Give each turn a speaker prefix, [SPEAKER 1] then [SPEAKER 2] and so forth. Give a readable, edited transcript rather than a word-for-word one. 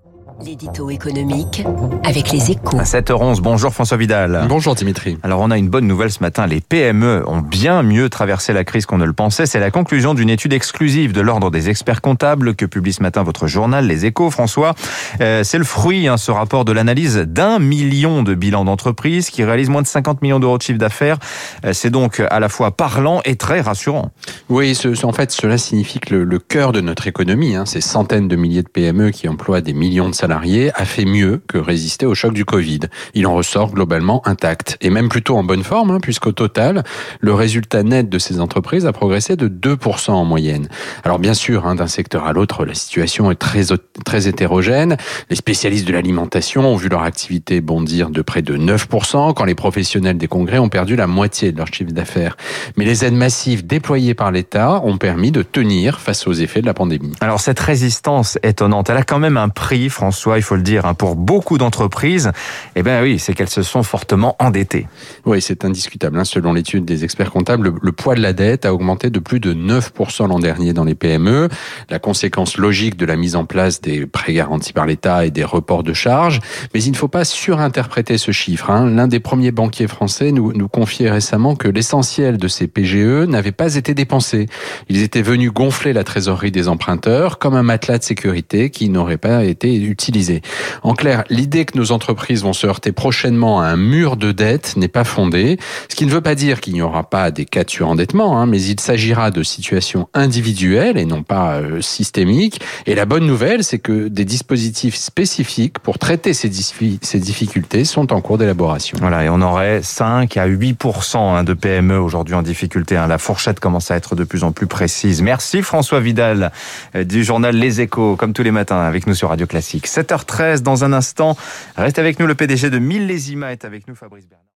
[SPEAKER 1] L'édito économique avec les Échos.
[SPEAKER 2] À 7h11, bonjour François Vidal.
[SPEAKER 3] Bonjour Dimitri.
[SPEAKER 2] Alors on a une bonne nouvelle ce matin, les PME ont bien mieux traversé la crise qu'on ne le pensait. C'est la conclusion d'une étude exclusive de l'Ordre des experts comptables que publie ce matin votre journal, Les Échos. François, c'est le fruit, ce rapport, de l'analyse d'1 million de bilans d'entreprises qui réalisent moins de 50 millions d'euros de chiffre d'affaires. C'est donc à la fois parlant et très rassurant.
[SPEAKER 3] Oui, en fait, cela signifie que le cœur de notre économie, ces centaines de milliers de PME qui emploient des millions de salariés, a fait mieux que résister au choc du Covid. Il en ressort globalement intact, et même plutôt en bonne forme, puisqu'au total, le résultat net de ces entreprises a progressé de 2% en moyenne. Alors bien sûr, d'un secteur à l'autre, la situation est très hétérogène. Les spécialistes de l'alimentation ont vu leur activité bondir de près de 9%, quand les professionnels des congrès ont perdu la moitié de leur chiffre d'affaires. Mais les aides massives déployées par l'État ont permis de tenir face aux effets de la pandémie.
[SPEAKER 2] Alors cette résistance étonnante, elle a quand même un prix, François, il faut le dire, pour beaucoup d'entreprises. Eh bien oui, c'est qu'elles se sont fortement endettées.
[SPEAKER 3] Oui, c'est indiscutable. Selon l'étude des experts comptables, le poids de la dette a augmenté de plus de 9% l'an dernier dans les PME. La conséquence logique de la mise en place des prêts garantis par l'État et des reports de charges. Mais il ne faut pas surinterpréter ce chiffre. L'un des premiers banquiers français nous confiait récemment que l'essentiel de ces PGE n'avait pas été dépensé. Ils étaient venus gonfler la trésorerie des emprunteurs comme un matelas de sécurité qui n'aurait pas été utilisé. En clair, l'idée que nos entreprises vont se heurter prochainement à un mur de dette n'est pas fondée, ce qui ne veut pas dire qu'il n'y aura pas des cas de surendettement, mais il s'agira de situations individuelles et non pas systémiques. Et la bonne nouvelle, c'est que des dispositifs spécifiques pour traiter ces difficultés sont en cours d'élaboration.
[SPEAKER 2] Voilà, et on aurait 5 à 8% de PME aujourd'hui en difficulté. La fourchette commence à être de plus en plus précise. Merci François Vidal du journal Les Échos, comme tous les matins avec nous sur Radio Classique. 7h13 dans un instant. Reste avec nous, le PDG de Millésima est avec nous, Fabrice Bernard.